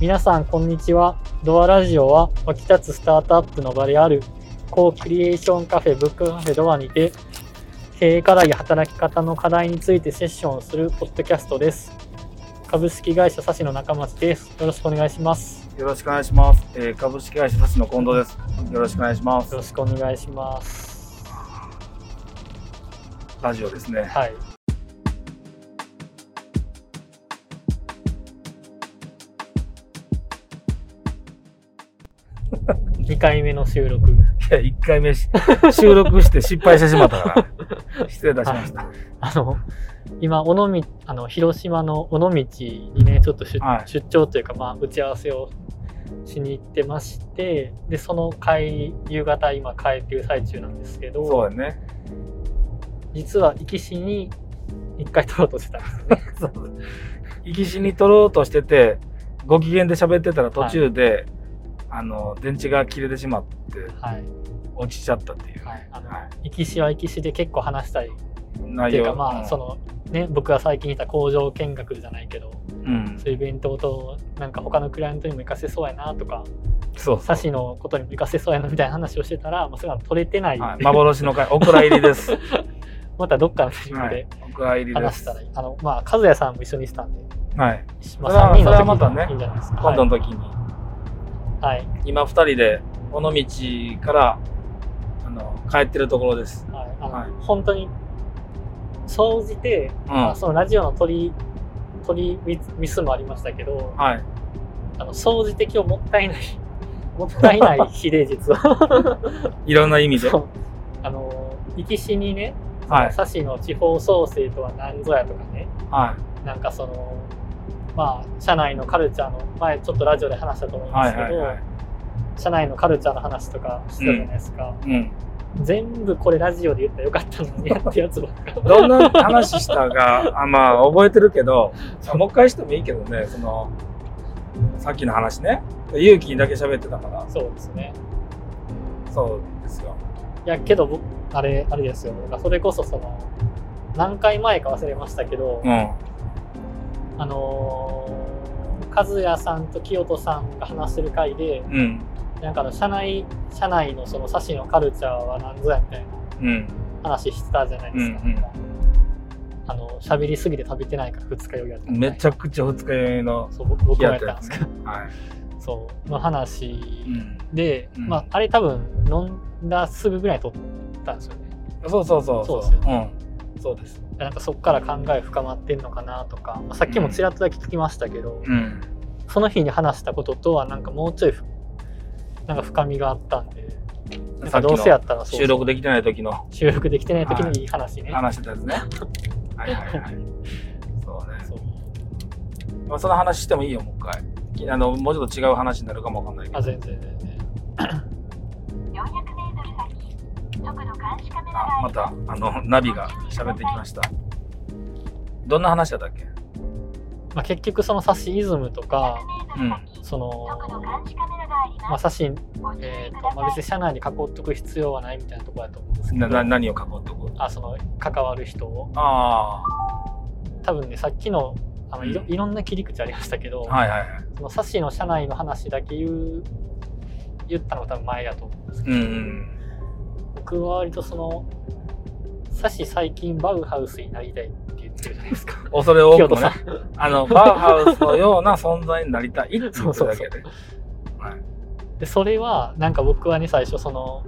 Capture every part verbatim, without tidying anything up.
皆さんこんにちは。ドアラジオは湧き立つスタートアップの場であるコークリエーションカフェブックカフェドアにて経営課題や働き方の課題についてセッションをするポッドキャストです。株式会社サシの中町です。よろしくお願いします。 よろしくお願いします。えー、株式会社サシの近藤です。よろしくお願いします。 よろしくお願いします。 ラジオですね。 はい。にかいめの収録。いや、いっかいめ収録して失敗してしまったから失礼いたしました。はい、 あの今尾道あの広島の尾道にねちょっと出、はい、出張というか、まあ、打ち合わせをしに行ってまして、でその帰夕方今帰っている最中なんですけど、 そうだね。 実は行きしにいっかい撮ろうとしてたんですよね。 行きしに撮ろうとしててご機嫌で喋ってたら途中で、はい、あの電池が切れてしまって、はい、落ちちゃったっていう、はい、 あの、はい、行きしは行きしで結構話したいっていうか、まあ、うん、そのね僕が最近いた工場見学じゃないけど、うん、そういうイベントとなんか他のクライアントにも活かせそうやなとか、そうそうサシのことにも活かせそうやなみたいな話をしてたら、まあ、それは取れてない、 はい、幻の回お蔵入りです。 またどっかのタイミングで話したら、はい、あのまあ和也さんも一緒にしたんで、はい、まあ、さんにんの時にいいんじゃないですか。 今度の時に、 はい、 今ふたりで尾道からあの帰ってるところです。 はい、あの、はい、本当に総じて、うん、まあ、そのラジオの取り取りミスもありましたけど、はい、あの総じて今日もったいないもったいない日で実はいろんな意味であの行きしにね、はい、サシの地方創生とは何ぞやとかね、はい、なんかそのまあ社内のカルチャーの前ちょっとラジオで話したと思いますけど、はいはいはい、社内のカルチャーの話とかしてたじゃないですか、うんうん、全部これラジオで言ったらよかったのにやってやつばっかどんな話したかあまあ覚えてるけどもう一回してもいいけどね、そのさっきの話ね、勇気にだけ喋ってたから。 そうですね。 そうですよ。 いやけど僕あれあれですよ、それこそその何回前か忘れましたけど、うん、あのー、和也さんと清人さんが話してる回で、うん、なんかの社内社内のそのサシのカルチャーは何ぞやみたいな話してたじゃないですか。うんうん、あの喋りすぎて食べてないから二日酔いやった。 めちゃくちゃ二日酔いの僕もやったんですけど、はい、そうの話で、うん、まああれ多分飲んだすぐぐらいに撮ったんですよね。 そうそうそうそう。そうですよね。うん、そうです。 なんかそこから考え深まってんのかなとか、まあ、さっきもちらっとだけ聞きましたけど、うん、その日に話したこととはなんかもうちょいなんか深みがあったんで、なんかどうせやったらそうそう収録できてない時の収録できてない時のいい話ね、 はい、話してたやつね。はいはいはい。そうね。そう。まあその話してもいいよもう一回。あのもうちょっと違う話になるかもわかんないけど。 あ全然全然。 よんひゃくメートル先、速度監視カメラがあまたあのナビが喋ってきました。どんな話だったっけ？ まあ、結局そのサシイズムとか、うん、そのまあサシ、えーとまあ、別に社内に囲っとく必要はないみたいなところだと思うんですけど、 な何を囲っとく？ あその関わる人を。あ多分ねさっきのあのい ろ, いろんな切り口ありましたけど、はいはいはい、そのサシの社内の話だけ言う言ったのが多分前だと思うんですけど、うんうん、僕は割とそのサシ最近バウハウスになりたいって言ってるじゃないですか。 恐れ多くもね、あのバウハウスのような存在になりたいって言ってるだけで。そうそうそう、 はい、でそれはなんか僕はね最初その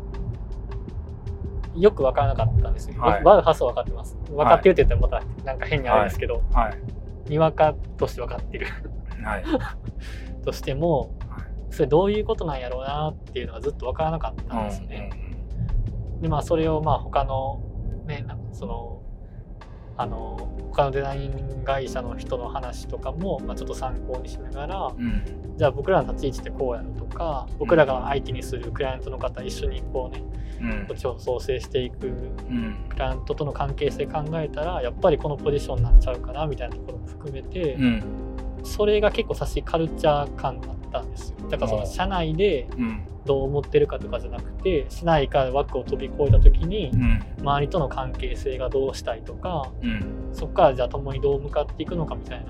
よく分からなかったんですよ。はい、バウハウスは分かってます。分かってるって言ったらまたなんか変にあるんですけど、はいはい、にわかとして分かってる、はい、としてもそれどういうことなんやろうなっていうのがずっと分からなかったんですね。うんうん、でまあそれをまあ他のねそのあの他のデザイン会社の人の話とかも、まあ、ちょっと参考にしながら、うん、じゃあ僕らの立ち位置ってこうやろとか、僕らが相手にするクライアントの方一緒にこうね、うん、こっちを創生していくクライアントとの関係性考えたらやっぱりこのポジションになっちゃうかなみたいなところも含めて、うん、それが結構さしカルチャー感があったんですよ。だからその社内でどう思ってるかとかじゃなくて、社内から枠を飛び越えた時に周りとの関係性がどうしたいとか、うん、そこからじゃあ共にどう向かっていくのかみたいなのも含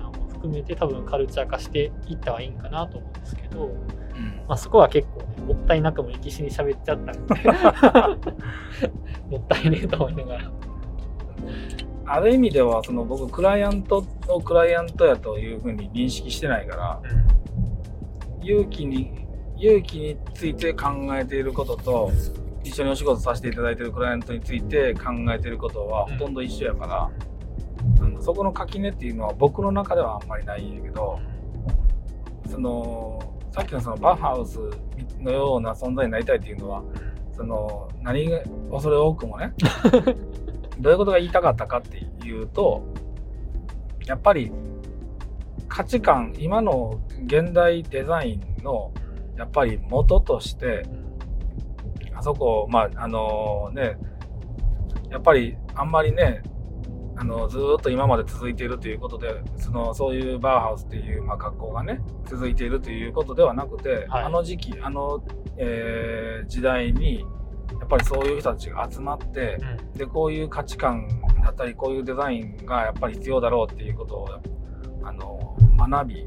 含めて多分カルチャー化していったはいいんかなと思うんですけど、うんまあ、そこは結構ねもったいなくも歴史に喋っちゃったのでもったいねえと思いながら。 ある意味ではその僕クライアントのクライアントやというふうに認識してないから、うん、勇気に勇気について考えていることと一緒にお仕事させていただいているクライアントについて考えていることはほとんど一緒やから、うん、あのそこの垣根っていうのは僕の中ではあんまりないんやけど、そのさっきのそのバッハウスのような存在になりたいっていうのはその何が恐れ多くもねどういうことが言いたかったかっていうと、やっぱり価値観今の現代デザインのやっぱり元としてあそこまああのねやっぱりあんまりねあのずっと今まで続いているということでそのそういうバウハウスっていう、まあ、学校がね続いているということではなくて、はい、あの時期あの、えー、時代にやっぱりそういう人たちが集まって、うん、でこういう価値観だったりこういうデザインがやっぱり必要だろうっていうことをあの学び、うん、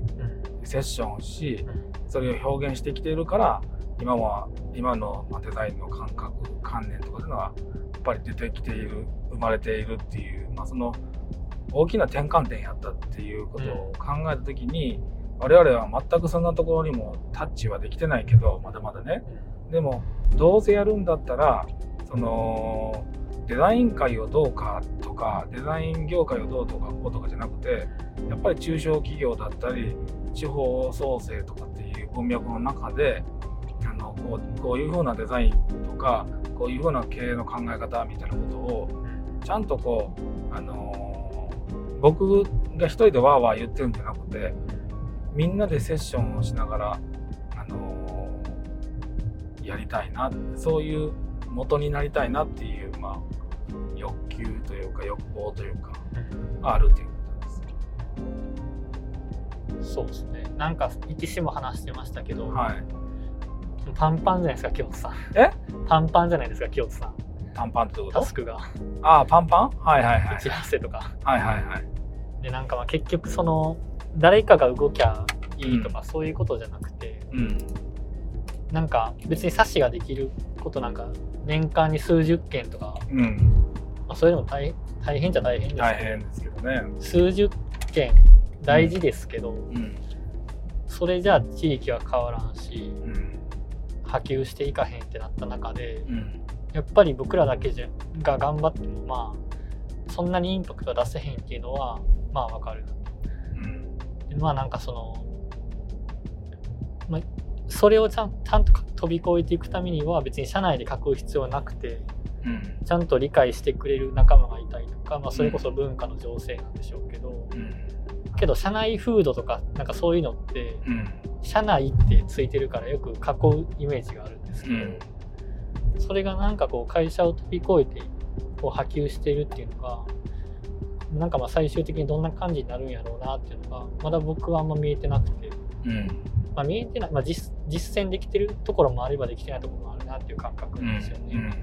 セッションし、うん、それを表現してきているから今は今のデザインの感覚観念とかいうのはやっぱり出てきている生まれているっていう、まあ、その大きな転換点やったっていうことを考えた時に、うん、我々は全くそんなところにもタッチはできてないけどまだまだねでもどうせやるんだったらそのデザイン界をどうかとかデザイン業界をどうとかこうとかじゃなくてやっぱり中小企業だったり地方創生とかっていう文脈の中であのこう、こういう風なデザインとかこういう風な経営の考え方みたいなことをちゃんとこう、あのー、僕が一人でワーワー言ってるんじゃなくてみんなでセッションをしながら、あのー、やりたいなそういう元になりたいなっていう、まあ、欲求というか欲望というか、うん、あるということです。そうですね。なんかいちしも話してましたけど、 はい、 パンパンじゃないですか清津さん。 え？ パンパンじゃないですか清津さん。 パンパンってこと？ タスクが。 ああパンパン？はいはいはい。 打ち合わせとか。 はいはいはい。 でなんかまあ結局その誰かが動きゃいいとか、うん、そういうことじゃなくて、うん、なんか別に冊子ができることなんか年間に数十件とか、うんまあ、それでも 大, 大変じゃ大変ですけど、 大変ですけどね。 数十件大事ですけど、うんうん、それじゃあ地域は変わらんし、うん、波及していかへんってなった中で、うん、やっぱり僕らだけじゃが頑張ってもまあそんなにインパクトは出せへんっていうのはまあわかる。でまあなんかその、まあ、それをちゃん、ちゃんと飛び越えていくためには別に社内で書く必要はなくて、うん、ちゃんと理解してくれる仲間がいたりとか、まあ、それこそ文化の情勢なんでしょうけど、うん、けど社内風土とかなんかそういうのって、うん、社内ってついてるからよく囲うイメージがあるんですけど、うん、それがなんかこう会社を飛び越えてこう波及しているっていうのがなんかまあ最終的にどんな感じになるんやろうなっていうのがまだ僕はあんま見えてなくて、うんまあ、見えてない、まあ、実, 実践できてるところもあればできてないところもあるなっていう感覚なんですよね、うんうん、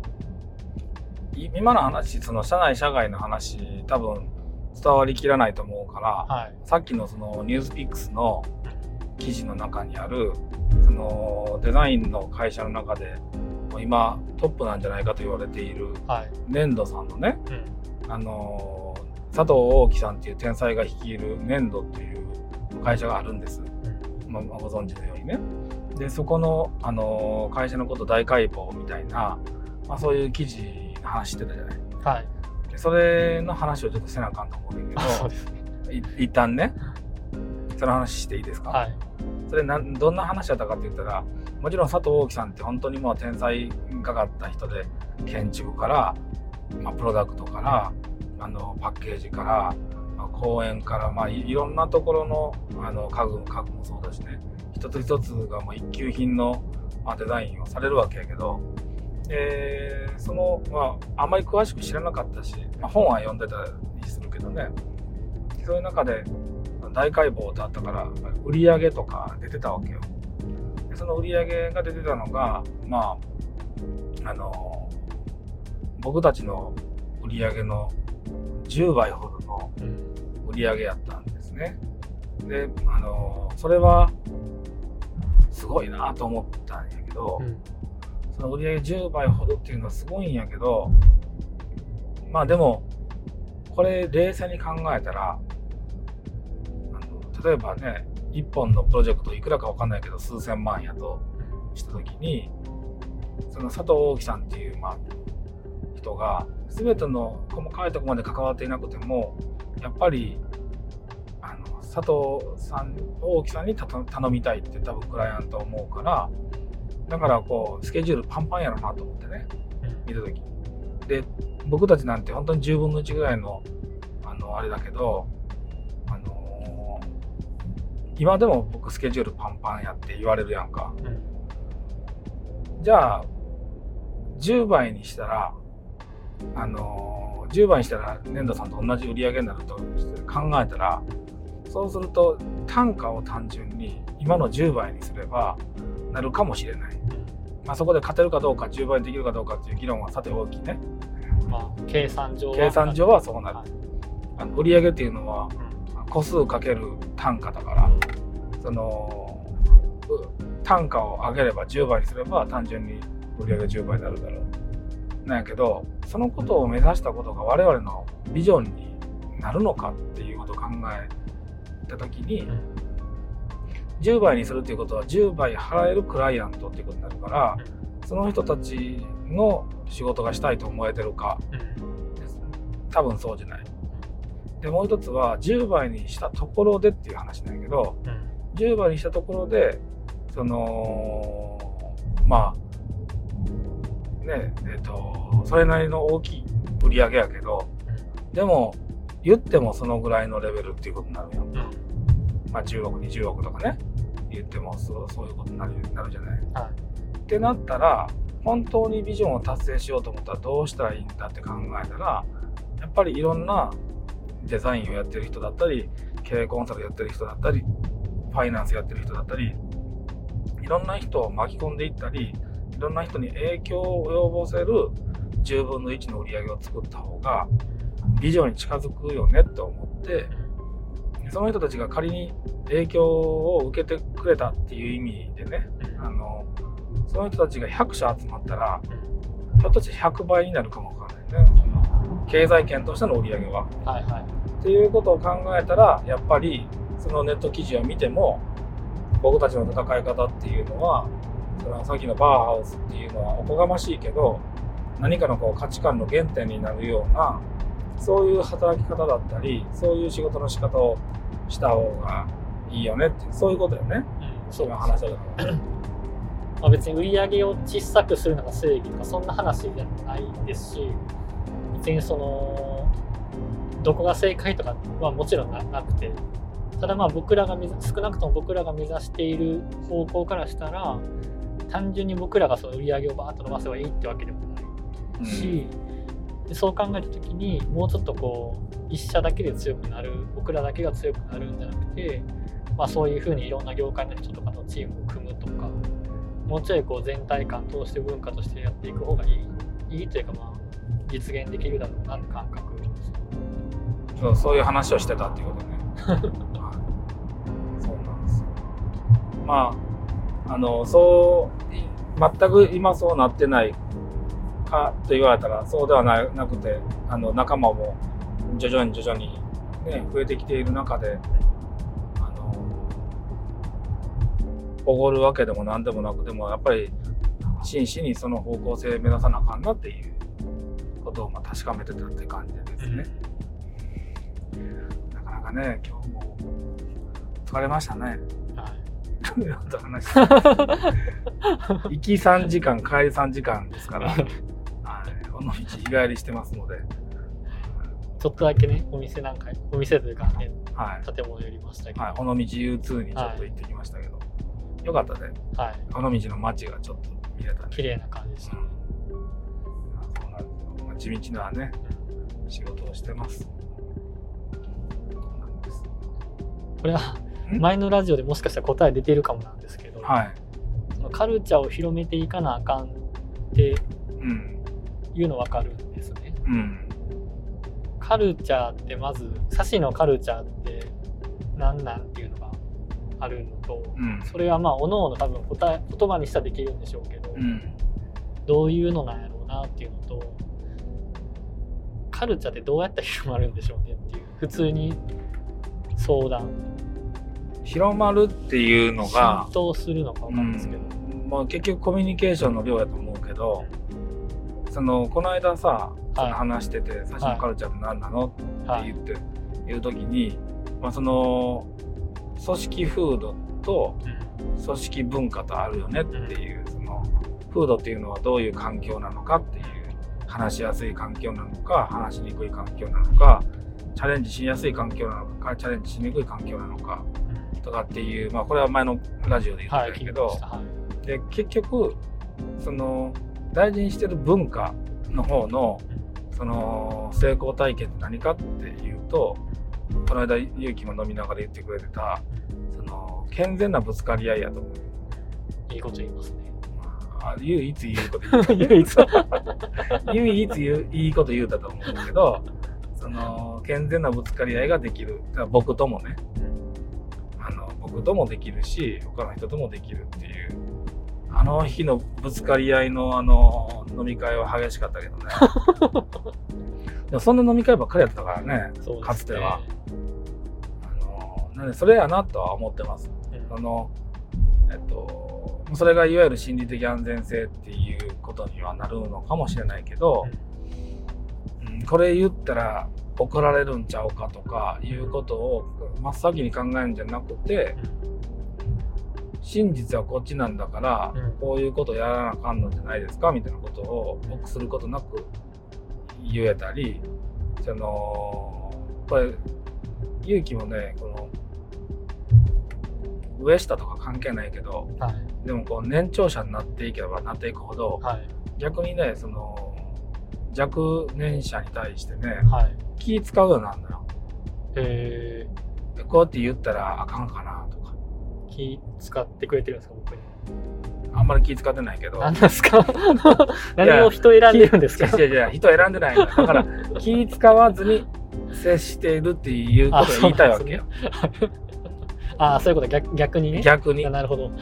今の話その社内社外の話多分伝わりきらないと思うから、はい、さっきのそのニュースピックスの記事の中にあるそのデザインの会社の中で今トップなんじゃないかと言われている粘土さんのね、はいうん、あの佐藤大樹さんっていう天才が率いる粘土っていう会社があるんです、まあ、ご存知のようにね。でそこの、あの会社のこと大解剖みたいな、まあ、そういう記事の話してたじゃない、はい、でそれの話をちょっとせなあかんと思うんだけどそうです、ね、い一旦ねその話していいですか、はい、それなどんな話だったかって言ったらもちろん佐藤大樹さんって本当にもう天才がかった人で建築から、まあ、プロダクトからあのパッケージから、まあ、公園から、まあ、い, いろんなところ の, あの家具家具もそうだしね一つ一つがもう一級品の、まあ、デザインをされるわけやけど、えー、その、まあ、あまり詳しく知らなかったし、まあ、本は読んでたりするけどねそういう中で大解剖ってあったから売り上げとか出てたわけよ。でその売り上げが出てたのがまああの僕たちの売り上げのじゅうばいほどの売り上げやったんですね。 であのそれはすごいなと思ったんやけど、うん、その売り上げじゅうばいほどっていうのはすごいんやけど、まあでもこれ冷静に考えたら、あの例えばねいっぽんのプロジェクトいくらか分かんないけど数千万やとした時に、その佐藤大樹さんっていう、まあ、人が全ての細かいところまで関わっていなくてもやっぱりあの佐藤さん大木さんに頼みたいって多分クライアントは思うから、だからこうスケジュールパンパンやろなと思ってね見た時で、僕たちなんて本当にじゅうぶんのいちぐらいのあのあれだけど、あのー、今でも僕スケジュールパンパンやって言われるやんか、うん、じゃあじゅうばいにしたらあのー、じゅうばいにしたら粘土さんと同じ売り上げになると考えたら、そうすると単価を単純に今のじゅうばいにすればなるかもしれない、まあ、そこで勝てるかどうかじゅうばいにできるかどうかっていう議論はさて大きいね、 まあ、計算上は計算上はそうなる、はい、あの売り上げっていうのは個数かける単価だから、うん、その単価を上げればじゅうばいにすれば単純に売り上げじゅうばいになるだろうなんやけど、そのことを目指したことが我々のビジョンになるのかっていうことを考えた時に、うん、じゅうばいにするっていうことはじゅうばい払えるクライアントっていうことになるから、その人たちの仕事がしたいと思えてるか、多分そうじゃない。でもう一つはじゅうばいにしたところでっていう話なんやけど、うん、じゅうばいにしたところでそのまあねえっとそれなりの大きい売り上げやけど、うん、でも言ってもそのぐらいのレベルっていうことになるよ、うん、まあじゅうおくにじゅうおくとかね言ってもそう、そういうことになる、なるじゃない、はい、ってなったら本当にビジョンを達成しようと思ったらどうしたらいいんだって考えたら、やっぱりいろんなデザインをやってる人だったり経営コンサルやってる人だったりファイナンスやってる人だったり、いろんな人を巻き込んでいったり、いろんな人に影響を及ぼせるじゅうぶんのいちの売り上げを作った方がビジョンに近づくよねと思って、その人たちが仮に影響を受けてくれたっていう意味でね、あのその人たちがひゃくしゃ集まったらひょっとしてひゃくばいになるかもわからないね、経済圏としての売り上げは、はいはい、っていうことを考えたら、やっぱりそのネット記事を見ても僕たちの戦い方っていうのは、そのさっきのバーハウスっていうのはおこがましいけど何かのこう価値観の原点になるような、そういう働き方だったりそういう仕事の仕方をした方がいいよねって、そういうことよね、うん、そういう話だからまあ別に売り上げを小さくするのが正義とかそんな話じゃないですし、別にそのどこが正解とかはもちろん な, なくて、ただまあ僕らが少なくとも僕らが目指している方向からしたら、単純に僕らがその売り上げをバーッと伸ばせばいいってわけでもないし、うん、でそう考えた時にもうちょっとこう一社だけで強くなる、僕らだけが強くなるんじゃなくて、まあ、そういうふうにいろんな業界の人とかのチームを組むとか、もうちょいこう全体感通して文化としてやっていく方がいい、いいというかまあ実現できるだろうなって感覚です。 そう、そういう話をしてたっていうことねそうなんですよ。まああのそう全く今そうなってないかと言われたらそうではなくて、あの仲間も徐々に徐々に、ね、増えてきている中で、あのおごるわけでも何でもなく、でもやっぱり真摯にその方向性目指さなあかんなっていうことをまあ確かめてたって感じですね、うん、なかなかね今日も疲れましたね。行きさんじかん帰りさんじかんですから、はい、この道日帰りしてますので、 ちょっとだけねお店なんかお店というかね、はい、建物寄りましたけど、 はい、尾道 ユーツー にちょっと行ってきましたけど、はい、よかったね、はい、尾道の街がちょっと見れたね、 綺麗な感じでした、うん、 そうなんですよ、まあ、地道なね、うん、仕事をしてます。そうなんです。 これは前のラジオでもしかしたら答え出ているかもなんですけど、はい、そのカルチャーを広めていかなあかんっていうの分かるんですね、うん、カルチャーってまずサシのカルチャーって何なんっていうのがあるのと、 うん、 それはまあおのおの多分答え言葉にしたらできるんでしょうけど、うん、どういうのなんやろうなっていうのと、カルチャーってどうやったら広まるんでしょうねっていう、普通に相談広まるっていうのが浸透するのか分かんないですけど、 うんまあ、結局コミュニケーションの量やと思うけど、そのこの間さ、その話してて、はい、最初のカルチャーって何なの、はい、って言って、はい、言う時に、まあ、その組織風土と組織文化とあるよねっていう、うん、その風土っていうのはどういう環境なのかっていう、話しやすい環境なのか話しにくい環境なのか、チャレンジしやすい環境なのかチャレンジしにくい環境なのかとかっていう、まあこれは前のラジオで言ってたけど、はいはい、で結局その大事にしてる文化の方のその成功体験って何かっていうと、この間勇気も飲みながら言ってくれてたその健全なぶつかり合いやと思う。 いいこと言いますね。 あ、唯一言うこと言うた唯一唯一言ういいこと言うたと思うんだけど、その健全なぶつかり合いができる。だから僕ともね、あの僕ともできるし他の人ともできるっていう。あの日のぶつかり合いのあの飲み会は激しかったけどねでもそんな飲み会ばっかりやったからね、そうですね、かつてはあのなんでそれやなとは思ってます、うん、あのえっとそれがいわゆる心理的安全性っていうことにはなるのかもしれないけど、うん、これ言ったら怒られるんちゃうかとかいうことを真っ先に考えるんじゃなくて、真実はこっちなんだから、うん、こういうことやらなあかんのじゃないですかみたいなことを臆することなく言えたり、そのこれ勇気もね、この上下とか関係ないけど、はい、でもこう年長者になっていけばなっていくほど、はい、逆にね、その若年者に対してね、はい、気使うようになるのよ。へー。こうやって言ったらあかんかなとか。 気使ってくれてるんですか、僕に。 あんまり気使ってないけど。 何ですか何を人選んでるんですか。 いやいや、人選んでないんだ。だから気使わずに接しているっていうことを言いたいわけよ。 ああ、そういうこと、逆、逆にね。 逆に。 なるほど。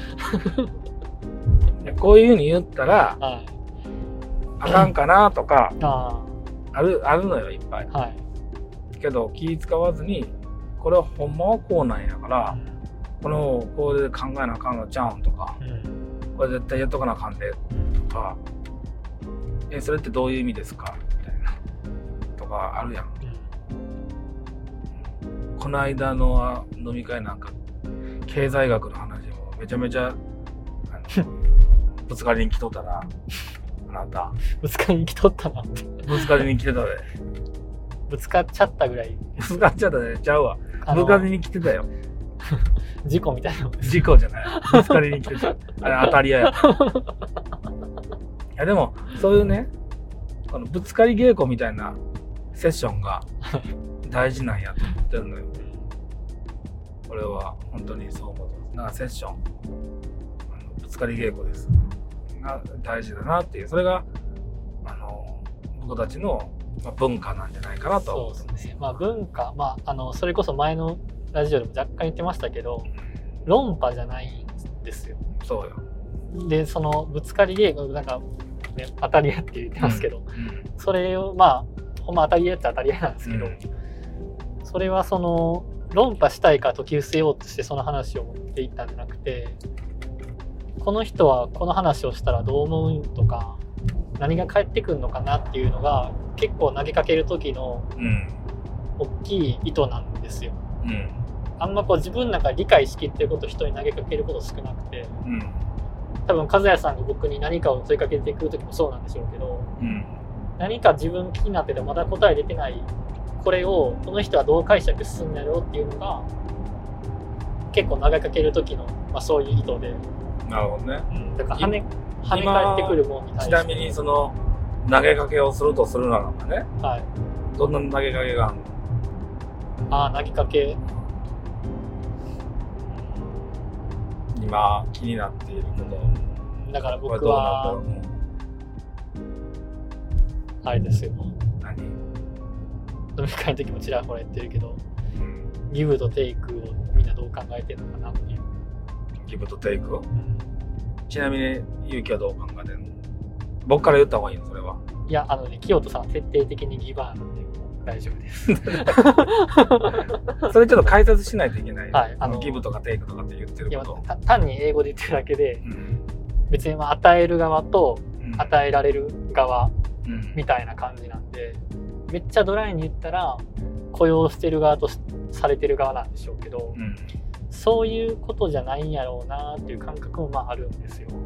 こういうふうに言ったら、はい、あかんかなとか、あ, あるあるのよ、いっぱい。はい、けど気使わずに、これはほんまはこうなんやから、うん、このこれで考えなあかんのちゃうんとか、うん、これ絶対やっとかなあかんでとか、えそれってどういう意味ですかみたいなとかあるやん。うん、この間の飲み会なんか経済学の話もめちゃめちゃぶつかりに来とったな。あなたぶつかりに来とったなって。 ぶつかりに来てたで。 ぶつかっちゃったぐらい。 ぶつかっちゃったで、ちゃうわ。ぶつかりに来てたよ。 事故みたいな。 事故じゃない。ぶつかりに来てた。あれ当たり屋や。いやでもそういうね、このぶつかり稽古みたいなセッションが大事なんやと思ってるのよ。これは本当にそう思ってます。なんかセッション、ぶつかり稽古です。が大事だなっていう、それがあの僕たちの文化なんじゃないかなと思ってます。そうですね。まあ文化、まああのそれこそ前のラジオでも若干言ってましたけど、論破じゃないんですよ。 そうよ。 でそのぶつかり稽古なんか、ね、当たり屋って言ってますけど、うんうん、それをまあほんま当たり屋って当たり屋なんですけど、うん、それはその論破したいから解き伏せようとしてその話を持っていったんじゃなくて、この人はこの話をしたらどう思うとか何が返ってくるのかなっていうのが結構投げかける時の大きい意図なんですよ。うん、あんまこう自分の中で理解しきってることを人に投げかけること少なくて、うん、多分和也さんが僕に何かを問いかけてくる時もそうなんでしょうけど、うん、何か自分気になっててまだ答え出てないこれをこの人はどう解釈するんだろうっていうのが結構投げかける時の、まあ、そういう意図で。 なるほどね。 うん、だから跳ね、跳ね返ってくるものに対して。 ちなみにその投げかけをするとするならばね、はい、どんな投げかけがあるの？ ああ、投げかけ。 今気になっていること。 だから僕は、うん、あれですよ。 何？ 飲み会の時もちらほら言ってるけど、うん、ギブとテイクをどう考えてるのかなっていう。 ギブとテイク、うん、ちなみに勇気はどう考えてるの？僕から言った方がいいのそれは。 いや、あのね、清人さんは徹底的にギバーなんで大丈夫です。 それちょっと解説しないといけない。 はい、あのギブとかテイクとかって言ってること。 いや、単に英語で言ってるだけで、うん、別に与える側と与えられる側みたいな感じなんで、うん、めっちゃドライに言ったら雇用してる側とされてる側なんでしょうけど、うん、そういうことじゃないんやろうなっていう感覚もまああるんですよ。うん、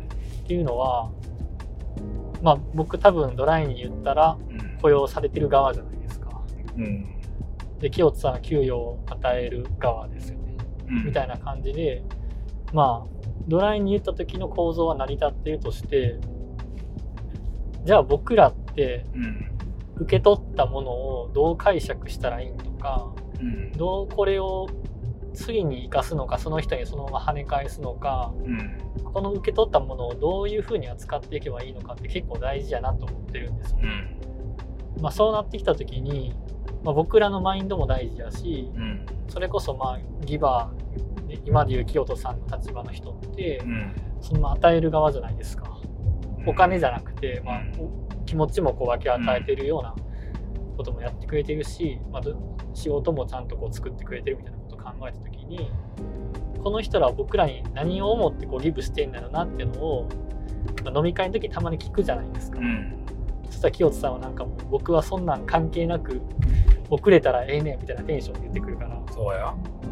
っていうのは、まあ、僕多分ドライに言ったら雇用されてる側じゃないですか。うん、で清人さんは給与を与える側ですよね、うん、みたいな感じで、まあドライに言った時の構造は成り立っているとして、じゃあ僕らって受け取ったものをどう解釈したらいいのか、うん、どうこれを次に生かすのか、その人にそのまま跳ね返すのか、うん、この受け取ったものをどういうふうに扱っていけばいいのかって結構大事やなと思ってるんですよ、うん、まあ、そうなってきた時に、まあ、僕らのマインドも大事やし、うん、それこそまあギバー、今でいう清人さんの立場の人って、うん、その与える側じゃないですか。お金じゃなくて、まあ、気持ちもこう分け与えてるようなこともやってくれてるし、まあ、仕事もちゃんとこう作ってくれてるみたいなことを考えた時に、この人らは僕らに何を思ってこうギブしてんだろうなっていうのを、まあ、飲み会の時たまに聞くじゃないですか、うん、そしたら清人さんはなんかもう僕はそんなん関係なく遅れたらええねんみたいなテンションで言ってくるから。 そうや、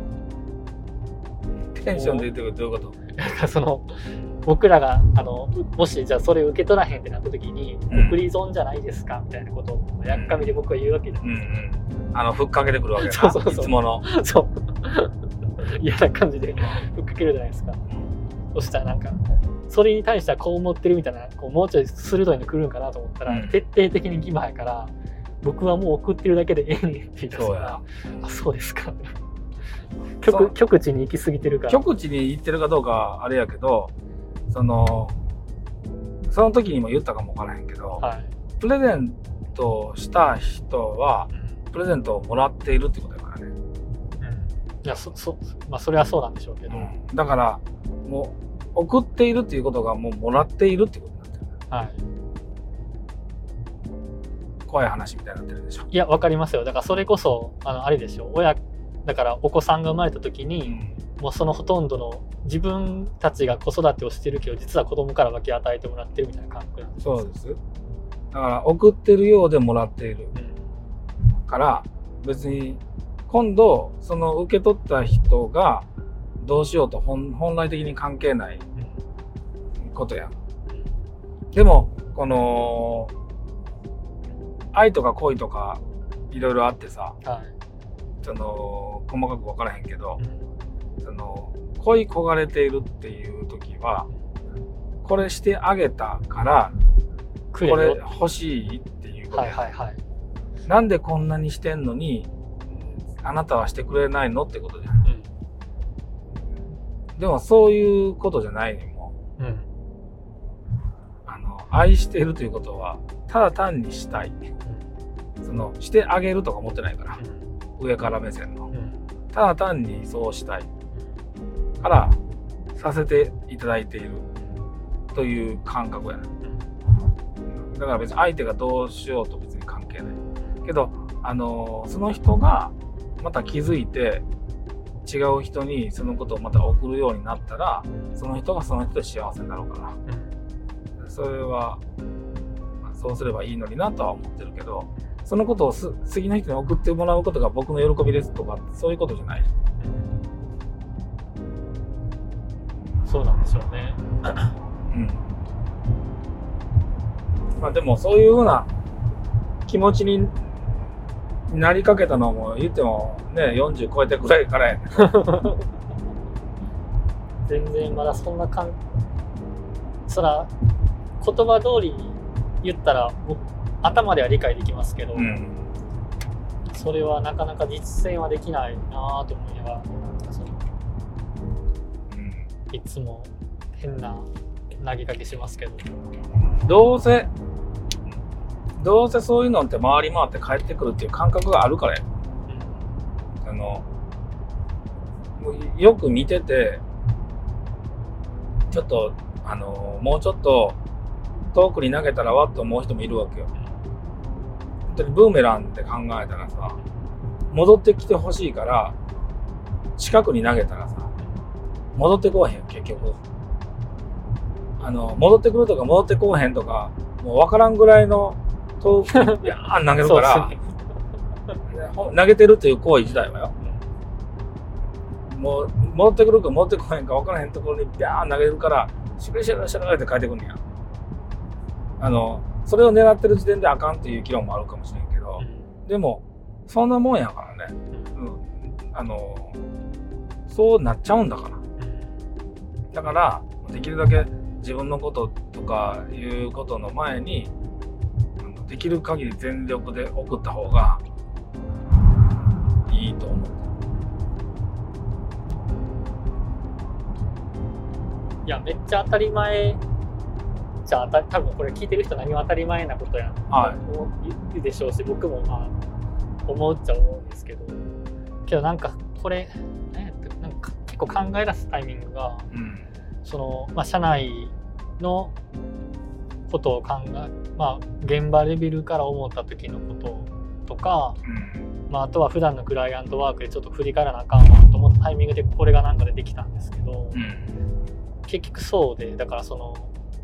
テンションで言ってくる。どういうこと？ なんかその僕らがあのもしじゃあそれを受け取らへんってなった時に、うん、送り損じゃないですかみたいなことをやっかみで僕は言うわけじゃないですか、 うんうん、あのふっかけてくるわけだ。そうそうそう、いつものそう嫌な感じでふっかけるじゃないですか。そしたらなんかそれに対してはこう思ってるみたいな、こうもうちょい鋭いの来るんかなと思ったら、うん、徹底的にギバーやから僕はもう送ってるだけでええねんって言ったから、あ、そうですか極, 極地に行き過ぎてるから。 極地に行ってるかどうかあれやけど、そのその時にも言ったかもわからへんけど、はい、プレゼントした人はプレゼントをもらっているってことだからね、うん、 いや そ, そ, まあ、それはそうなんでしょうけど、うん、 だからもう送っているっていうことがもうもらっているってことになってる、はい、怖い話みたいになってるでしょ。 いや、わかりますよ。だからそれこそあのあれでしょ、親だからお子さんが生まれた時に、うん、もうそのほとんどの自分たちが子育てをしてるけど実は子供から分け与えてもらってるみたいな感覚なんです。 そうです。だから送ってるようでもらっている、うん、から別に今度その受け取った人がどうしようと 本, 本来的に関係ないことやん、うん、でもこの愛とか恋とかいろいろあってさ、はい、その細かく分からへんけど、うん、その恋焦がれているっていう時はこれしてあげたからこれ欲しいっていうこと、はいはいはい、なんでこんなにしてんのにあなたはしてくれないのってことじゃん、うん、でもそういうことじゃないにも、うん、あの愛しているということはただ単にしたい、うん、そのしてあげるとか思ってないから、うん、上から目線の、うん、ただ単にそうしたいからさせていただいているという感覚やね、うん、だから別に相手がどうしようと別に関係ないけど、あのその人がまた気づいて違う人にそのことをまた送るようになったらその人がその人で幸せになろうから、うん、それはそうすればいいのになとは思ってるけど、そのことをす次の人に送ってもらうことが僕の喜びですとかそういうことじゃない。 そうなんですよね。 うん。まあでもそういうふうな気持ちになりかけたのも言ってもねよんじゅう超えてくらいからやね全然まだそんな感そら言葉通りに言ったら頭では理解できますけど、うん、それはなかなか実践はできないなと思いながら、うん、いつも変な投げかけしますけど、 どうせどうせそういうのって回り回って帰ってくるっていう感覚があるからや、うん、あのよく見ててちょっとあのもうちょっと遠くに投げたらわっと思う人もいるわけよ。本当にブーメランって考えたらさ、戻ってきてほしいから近くに投げたらさ戻ってこうへんよ結局。あの戻ってくるとか戻ってこうへんとかもう分からんぐらいの遠くにビャーン投げるから投げてるという行為自体はよ、もう戻ってくるか戻ってこへんか分からへんところにビャーン投げるからシュルシュルシュルって帰ってくんねや。あのそれを狙ってる時点であかんっていう議論もあるかもしれんけど、でもそんなもんやからね、うん、あのそうなっちゃうんだから。だからできるだけ自分のこととかいうことの前にできる限り全力で送った方がいいと思う。 いやめっちゃ当たり前じゃあ多分これ聞いてる人何も当たり前なことやはい言うでしょうし、僕もまあ思うっちゃ思うんですけど、けどなんかこれなんか結構考え出すタイミングが、うん、そのまあ社内のことを考え、まあ現場レベルから思った時のこととか、うんまあ、あとは普段のクライアントワークでちょっと振り返らなあかんわと思ったタイミングでこれがなんかでできたんですけど、うん、結局そうで、だからその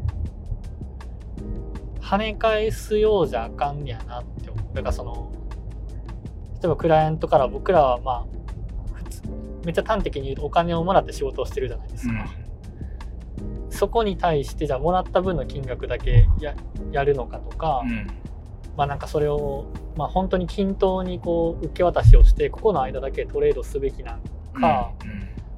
跳ね返すようじゃあかんやなって思う。だからその例えばクライアントから僕らはまあ普通めっちゃ端的に言うとお金をもらって仕事をしてるじゃないですか、うん、そこに対してじゃあもらった分の金額だけ や, やるのかとか、うん、まあなんかそれをまあ本当に均等にこう受け渡しをしてここの間だけトレードすべきなのか、うん、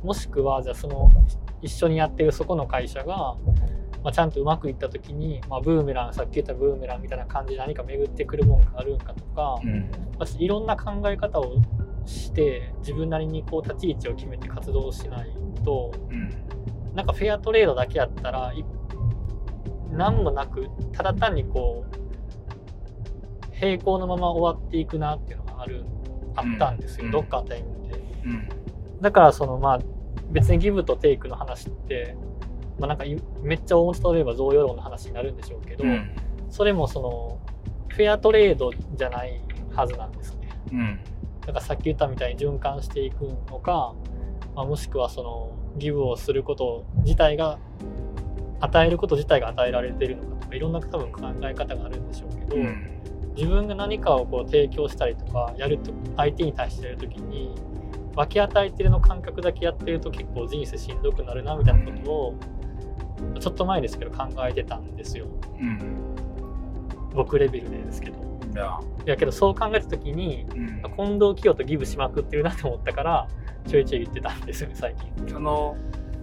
もしくはじゃあその一緒にやってるそこの会社がまあ、ちゃんとうまくいった時に、まあ、ブーメランさっき言ったブーメランみたいな感じで何か巡ってくるもんがあるんかとか、うんまあ、いろんな考え方をして自分なりにこう立ち位置を決めて活動しないと、うん、なんかフェアトレードだけやったら何もなくただ単にこう平行のまま終わっていくなっていうのがあるあったんですよ、うん、どっかのタイミングで、うん、だからそのまあ別にギブとテイクの話ってまあ、なんかめっちゃ大元取れば贈与論の話になるんでしょうけど、うん、それもそのフェアトレードじゃないはずなんですね、うん、だからさっき言ったみたいに循環していくのか、まあ、もしくはそのギブをすること自体が与えること自体が与えられているのかとかいろんな多分考え方があるんでしょうけど、うん、自分が何かをこう提供したりとかやると相手に対してやるときに分け与えてるの感覚だけやってると結構人生しんどくなるなみたいなことをちょっと前ですけど考えてたんですよ、うん、僕レベルでですけどいや、いやけどそう考えた時に、うん、近藤清とギブしまくってるなと思ったからちょいちょい言ってたんですよね最近。 あの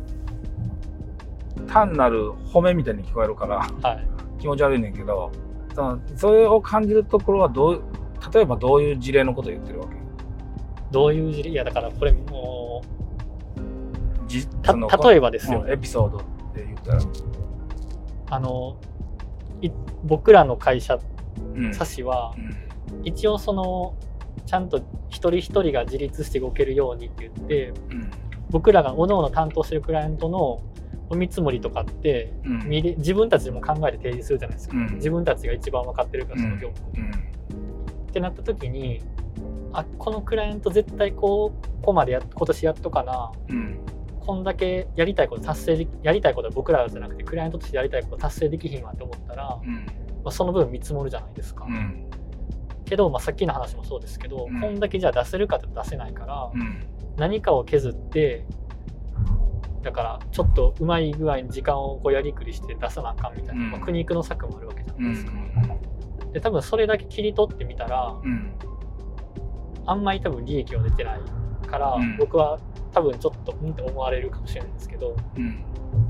単なる褒めみたいに聞こえるから、はい、気持ち悪いねんけどそのそれを感じるところはどう例えばどういう事例のことを言ってるわけ？ どういう事例？いやだからこれもうじた例えばですよ、 エピソードって言ったらあのい僕らの会社サシは、うん、一応そのちゃんと一人一人が自立して動けるようにって言って、うん、僕らが各々担当してるクライアントのお見積もりとかって、うん、自分たちでも考えて提示するじゃないですか、うん、自分たちが一番分かってるからその業務、うんうん、ってなった時にあこのクライアント絶対こうここまでや今年やっとかな、うん、こんだけやりたいこと達成できやりたいことは僕らじゃなくてクライアントとしてやりたいこと達成できひんわって思ったら、うんまあ、その分見積もるじゃないですか、うん、けど、まあ、さっきの話もそうですけど、うん、こんだけじゃあ出せるかって出せないから、うん、何かを削ってだからちょっとうまい具合に時間をこうやりくりして出さなあかんみたいな、うんまあ、苦肉の策もあるわけじゃないですか、うん、で多分それだけ切り取ってみたら、うんあんまり多分利益は出てないから、うん、僕は多分ちょっとうんって思われるかもしれないんですけど、うん、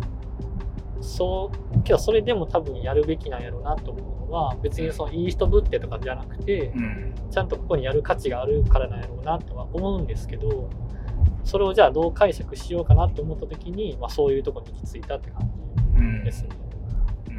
そうけどそれでも多分やるべきなんやろうなと思うのは別にそのいい人ぶってとかじゃなくて、うん、ちゃんとここにやる価値があるからなんやろうなとは思うんですけどそれをじゃあどう解釈しようかなと思った時に、まあ、そういうところに行き着いたって感じですね。うん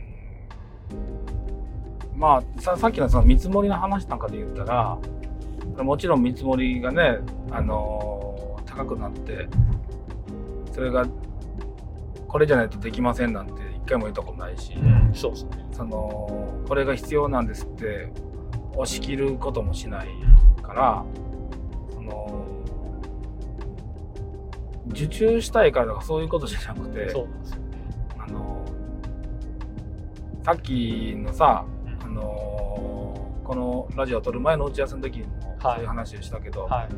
うんまあ、さ, さっきのその見積もりの話なんかで言ったらもちろん見積もりがね、あのー、高くなってそれがこれじゃないとできませんなんて一回も言ったことないし、うん、そうですね、そのこれが必要なんですって押し切ることもしないから、その受注したいからとかそういうことじゃなくて、そうなんですよね、あのさっきのさ、あのこのラジオを撮る前の打ち合わせの時にもそういう話をしたけど、はいはい、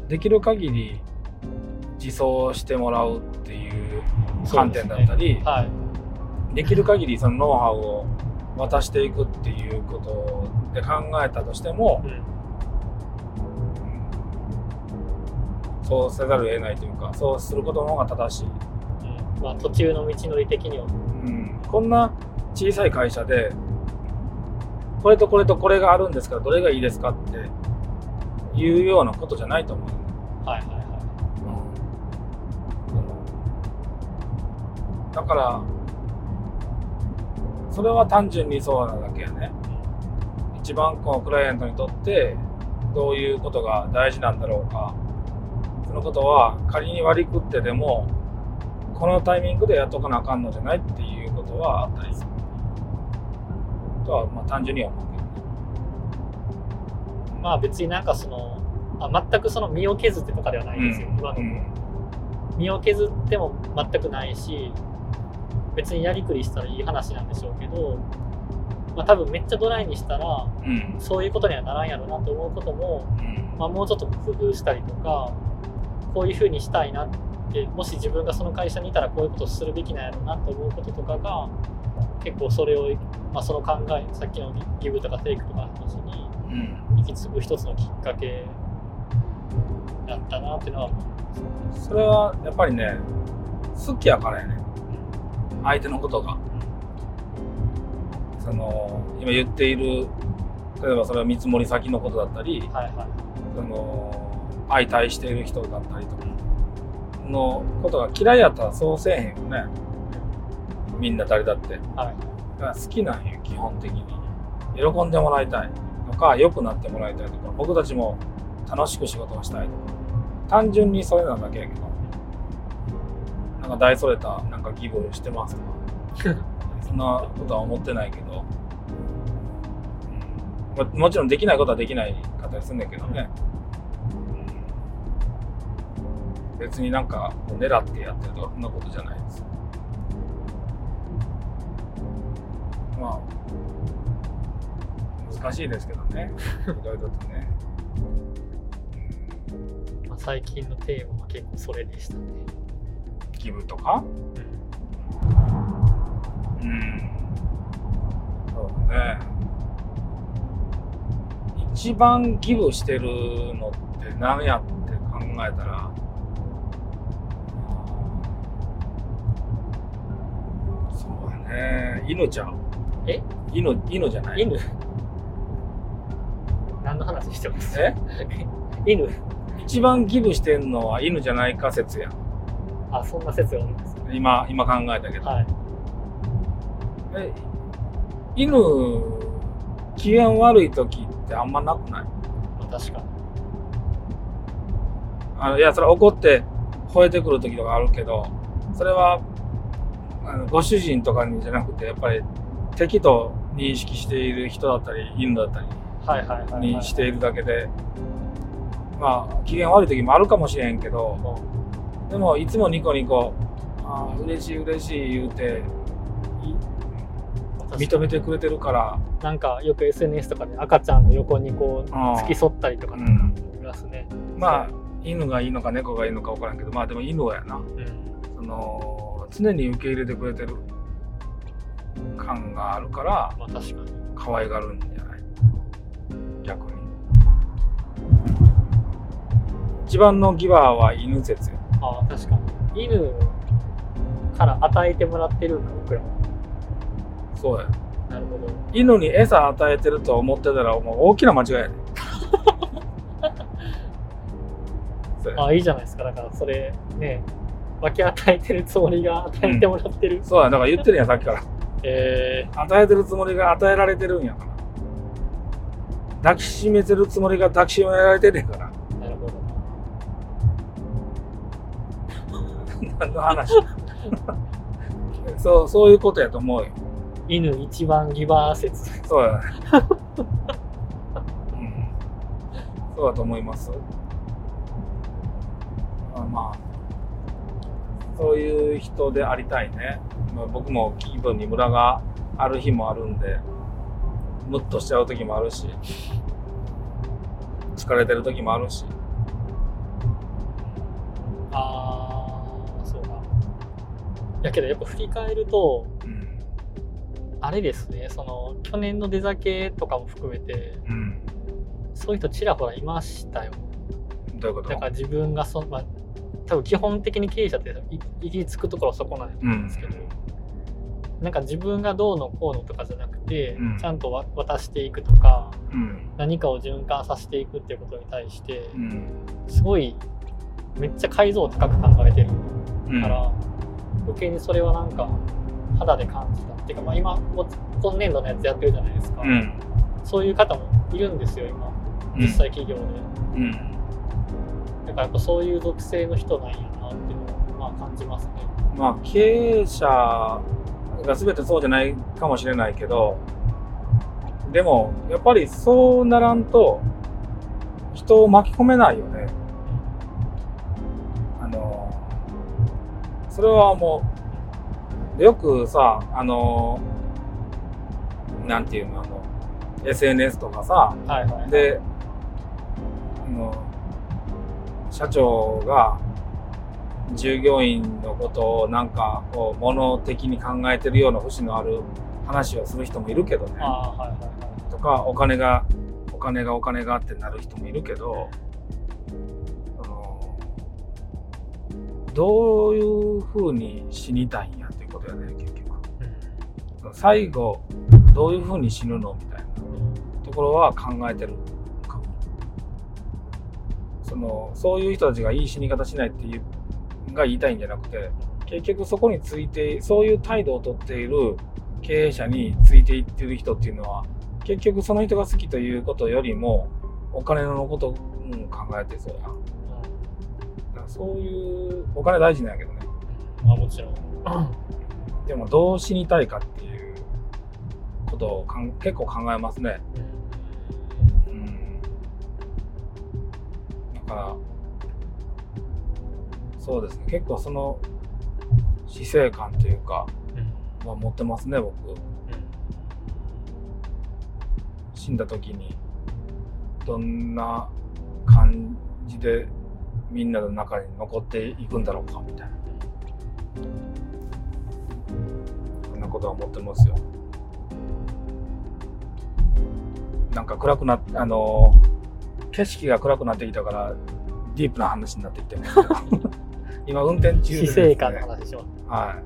できる限り自走してもらうっていう観点だったり、で、ねはい、できる限りそのノウハウを渡していくっていうことで考えたとしても、うんうん、そうせざるを得ないというか、そうすることの方が正しい、 うん、まあ、途中の道のり的には、うん、こんな小さい会社でこれとこれとこれがあるんですからどれがいいですかっていうようなことじゃないと思う。はいはいはい、うん、だからそれは単純にそうなだけやね。一番このクライアントにとってどういうことが大事なんだろうか、そのことは仮に割り食ってでもこのタイミングでやっとかなあかんのじゃないっていうことはあったりするとは、まあ単純には思うけどね。 まあ別になんかそのあ全くその身を削ってとかではないんですよ、うん、今の、うん、身を削っても全くないし、別にやりくりしたらいい話なんでしょうけど、まあ、多分めっちゃドライにしたら、うん、そういうことにはならんやろなと思うことも、うんまあ、もうちょっと工夫したりとか、こういうふうにしたいなって、もし自分がその会社にいたらこういうことをするべきなんやろなと思うこととかが結構それを、まあ、その考え、さっきのギブとかテイクとかの話に行き着く一つのきっかけだったなっていうのは思います。 それはやっぱりね、好きやからやね、相手のことが。その今言っている、例えばそれは見積もり先のことだったり、はいはい、その相対している人だったりとかのことが嫌いやったらそうせえへんよね、みんな誰だって、はい、だから好きなんよ。基本的に喜んでもらいたいとか良くなってもらいたいとか、僕たちも楽しく仕事をしたいとか、単純にそれなだけやけど、なんか大それたなんかギブしてますとかそんなことは思ってないけど、うん、もちろんできないことはできない方はすんねんけどね、うん、別になんか狙ってやってるとかそんなことじゃないです。まあ難しいですけどねいろいろとねまあ最近のテーマは結構それでしたね。 ギブとか、うん、うん、そうね。一番ギブしてるのって何やって考えたら、そうだね、犬ちゃん。 え？ 犬、犬じゃない？ 犬？何の話してます？え？犬？ 一番ギブしてんのは犬じゃないか説やん。 あ、そんな説があるんですか？ 今、今考えたけど。はい、え、犬、機嫌悪い時ってあんまなくない？ まあ、確かに。 あの、いや、それは怒って吠えてくる時とかあるけど、それはあのご主人とかにじゃなくて、やっぱり敵と認識している人だったり、犬だったりにしているだけで、まあ、機嫌悪い時もあるかもしれへんけど、でもいつもニコニコ、ああ嬉しい嬉しい言うて認めてくれてるから。 なんかよく エスエヌエス とかで赤ちゃんの横にこう付き添ったりとかなんかいますね、 うん、まあ犬がいいのか猫がいいのか分からんけど、まあでも犬はやな、うん、その常に受け入れてくれてる感があるから、まあ、確かに可愛がるんじゃない？逆に一番のギバーは犬説よ。 ああ、確かに犬から与えてもらってるんだ、僕らは。 そうや。 なるほど。 犬に餌与えてると思ってたらもう大きな間違いやでああ、いいじゃないですか。だからそれね、分け与えてるつもりが与えてもらってる、 うん、そうや、だから言ってるやんさっきからえー、 与えてるつもりが与えられてるんやから。 抱きしめてるつもりが抱きしめられてるから。 なるほど。 何の話そう、そういうことやと思うよ。 犬一番ギバー説。 そうやね、うん、そうだと思います。あ、まあそういう人でありたいね。まあ、僕も気分にムラがある日もあるんで、ムッとしちゃう時もあるし、疲れてる時もあるし。 ああ、そうだ。やけどやっぱ振り返ると、うん、あれですね、その去年の出酒とかも含めて、うん、そういう人ちらほらいましたよ。 どういうこと？ だから自分がその、まあ、多分基本的に経営者って行き着くところはそこなんだと思うんですけど、うん、なんか自分がどうのこうのとかじゃなくて、うん、ちゃんと渡していくとか、うん、何かを循環させていくっていうことに対して、うん、すごいめっちゃ解像度高く考えてるから、うん、余計にそれはなんか肌で感じたっていうか、まあ、今今年度のやつやってるじゃないですか、うん、そういう方もいるんですよ今実際企業で、うんうん、だからやっぱそういう属性の人なんやなっていうのをまあ感じますね。 まあ経営者が全てそうじゃないかもしれないけど、でもやっぱりそうならんと人を巻き込めないよね。あのそれはもうよくさ、あのなんていうの、あの エスエヌエス とかさ、はいはいはい、であの社長が従業員のことをなんかこう物的に考えてるような節のある話をする人もいるけどね。あ、はいはいはい、とかお金がお金がお金がってなる人もいるけど、あのどういう風に死にたいんやっていうことやね結局、うん、最後どういう風に死ぬのみたいなところは考えてるかも。そのそういう人たちがいい死に方しないっていうが言いたいんじゃなくて、結局そこについてそういう態度をとっている経営者についていっている人っていうのは結局その人が好きということよりもお金のことを考えてそうや。だからそういうお金大事なんやけどね。 まあもちろん。 でもどう死にたいかっていうことをかん結構考えますね。うん。だからそうですね、結構その死生観というか、うん、まあ、持ってますね僕、うん、死んだ時にどんな感じでみんなの中に残っていくんだろうかみたいな、そんなことは思ってますよ。なんか暗くなっあの景色が暗くなってきたからディープな話になってきてますけど今運転中でですね、 死生観の話します。 はい。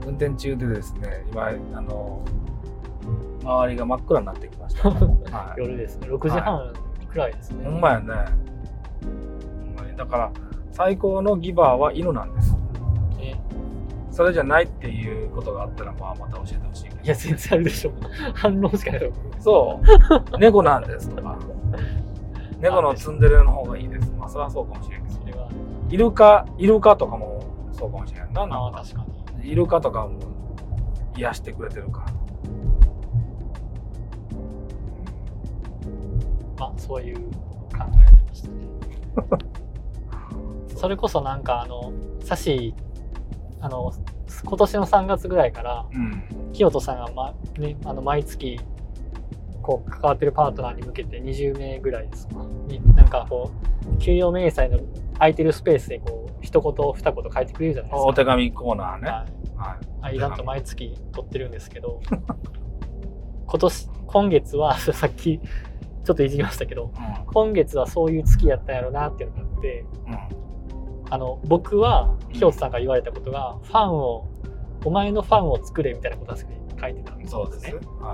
運転中でですね、今あの周りが真っ暗になってきました。 はい、夜ですね。ろくじはんくらいですね。 ほんまやね。だから最高のギバーは犬なんです。え、それじゃないっていうことがあったらまあまた教えてほしいけど。 いや全然あるでしょ。反論しかないと思う。 そう。猫なんですとか。猫のツンデレの方がいいです。まあそれはそうかもしれんけど。それはイルカ、イルカとかもそうかもしれないな。 ああ、確かに。 イルカとかも癒してくれてるから。 まあ、そういう考えてましたね。それこそなんかあの、サシ、あの、今年のさんがつぐらいから、うん、清人さんが、まね、あの毎月、こう関わってるパートナーに向けてにじゅうめいぐらいですかになんかこう給与明細の空いてるスペースでこう一言二言書いてくれるじゃないですか。 お手紙コーナーね。 はい。間と毎月取ってるんですけど、今年今月はさっきちょっといじりましたけど、うん、今月はそういう月やったんやろうなっていうのがあって、うん、あの僕は清人さんが言われたことが、うん、ファンをお前のファンを作れみたいなことを書いてたんですね。そうですね。はい。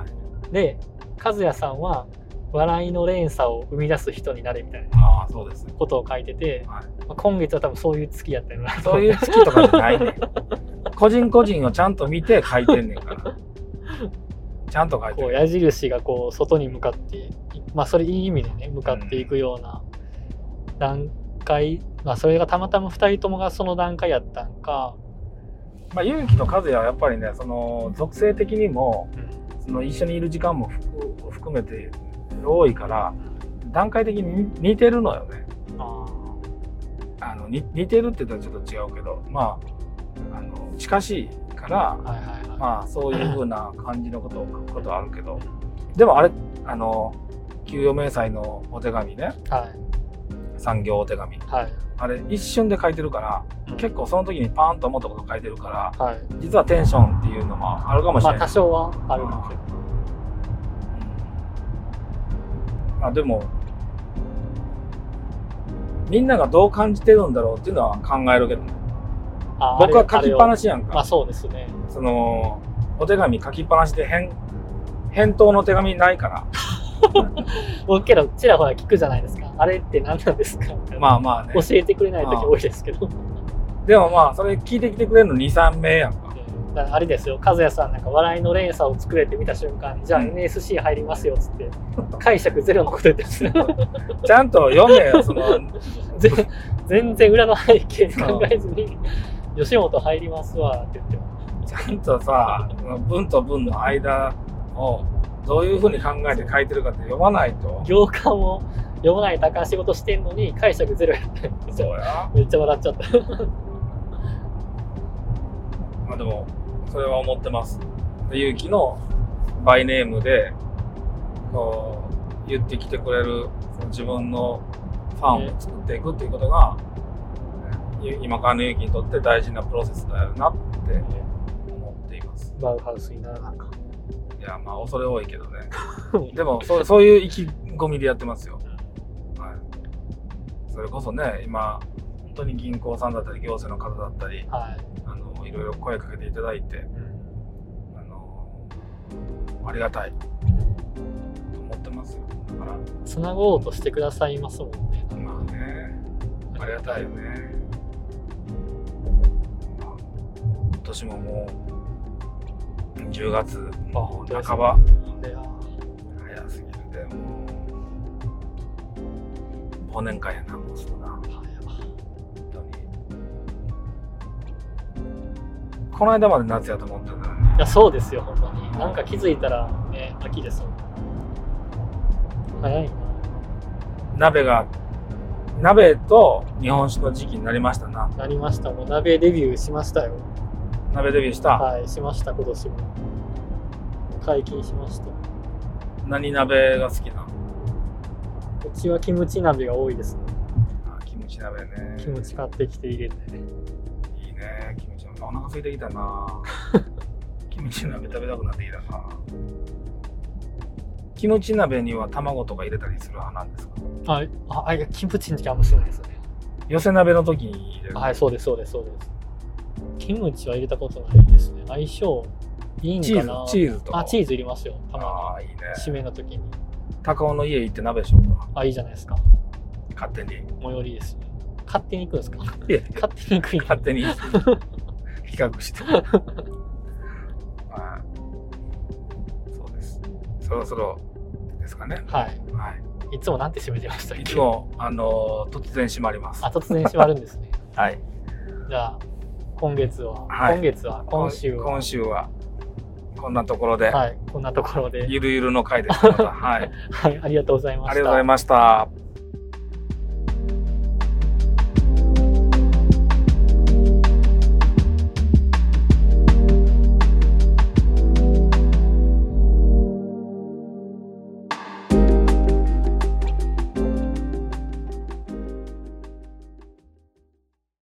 で。和也さんは笑いの連鎖を生み出す人になれみたいなことを書いてて、はい、まあ、今月は多分そういう月やったよな。 そういう月とかじゃないね個人個人をちゃんと見て書いてんねんからちゃんと書いてる。 こう矢印がこう外に向かってまあそれいい意味でね向かっていくような段階、まあそれがたまたまふたりともがその段階やったんか。 まあ勇気と和也はやっぱりねその属性的にも、うん、その一緒にいる時間も含めて多いから段階的に似てるのよね。ああの似てるって言ったらちょっと違うけど、まあ、あの近しいから、はいはいはい、まあそういう風な感じのことを書くことはあるけど、でもあれあの給与明細のお手紙ね、はい、産業お手紙、はい、あれ一瞬で書いてるから、うん、結構その時にパーンと思ったこと書いてるから、はい、実はテンションっていうのもあるかもしれない。 まあ多少はあるかもしれない。 あでもみんながどう感じてるんだろうっていうのは考えるけどね。僕は書きっぱなしやんか。 まあそうですね。 そのお手紙書きっぱなしで返返答の手紙ないから。 僕けどちらほら聞くじゃないですか。あれって何なんですか。 まあまあね。 教えてくれない時多いですけど。 でもまあそれ聞いてきてくれるのに、さんめいやんか。 だからあれですよ。和也さんなんか笑いの連鎖を作れてみた瞬間に、じゃあ エヌエスシー 入りますよっつって解釈ゼロのこと言ってますよ。 ちゃんと読めよその。 全然裏の背景考えずに吉本入りますわって言ってちゃんとさ文と文の間をどういうふうに考えて書いてるかって読まないと。 行間を読まないとあかん仕事してんのに解釈ゼロやってそうやめっちゃ笑っちゃったまあでもそれは思ってます。勇気のバイネームでこう言ってきてくれる自分のファンを作っていくっていうことが、えー、今川の勇気にとって大事なプロセスだよなって思っています。 バウハウスにならなか。 いやまあ恐れ多いけどねでもそ う, そういう意気込みでやってますよ、はい、それこそね今本当に銀行さんだったり行政の方だったり、はい、あのいろいろ声かけていただいて、うん、あのありがたいと思ってますよ。だからつなごうとしてくださいますもんね。 まあねありがたいよね、まあ、今年ももうじゅうがつの半ば、早すぎるでもう忘年会やなもうすぐな。本当にこの間まで夏やと思ってたのに。 いやそうですよ本当に。なんか気づいたらね秋ですもん。早いな。 鍋が鍋と日本酒の時期になりましたな。 なりました。もう鍋デビューしましたよ。 鍋デビューした。 はいしました。今年も解禁しました。 何鍋が好きな？ うちはキムチ鍋が多いですね。 あキムチ鍋ね。 キムチ買ってきて入れてね。 いいねキムチ鍋。お腹空いてきたなキムチ鍋食べたくなってきたな。キムチ鍋には卵とか入れたりする派なんですか？ はい、あ、あいやキムチの時あんましないですね。 寄せ鍋の時に入れる。 はい、そうですそうですそうです。キムチは入れたことないですね。相性いいんかな。 チーズ、チーズとか。 あ、チーズ入れますよ。たまに。 ああ、いいね。 締めの時に。 高尾の家行って鍋しようか。 あ、いいじゃないですか。 勝手に。 最寄りですね。勝手に行くんですか？ いや、 勝手に行くんや。 勝手に比較して。まあ、そうです。そろそろですかね。 はい。 はい。 いつもなんて締めてましたっけ？ いつもあの突然閉まります。 あ、突然閉まるんですね。 はい。 じゃあ今月は、はい、今月は今週は今週はこんなところで、 はい、こんなところでゆるゆるの回です。またはい、 はい、ありがとうございました。 ありがとうございました。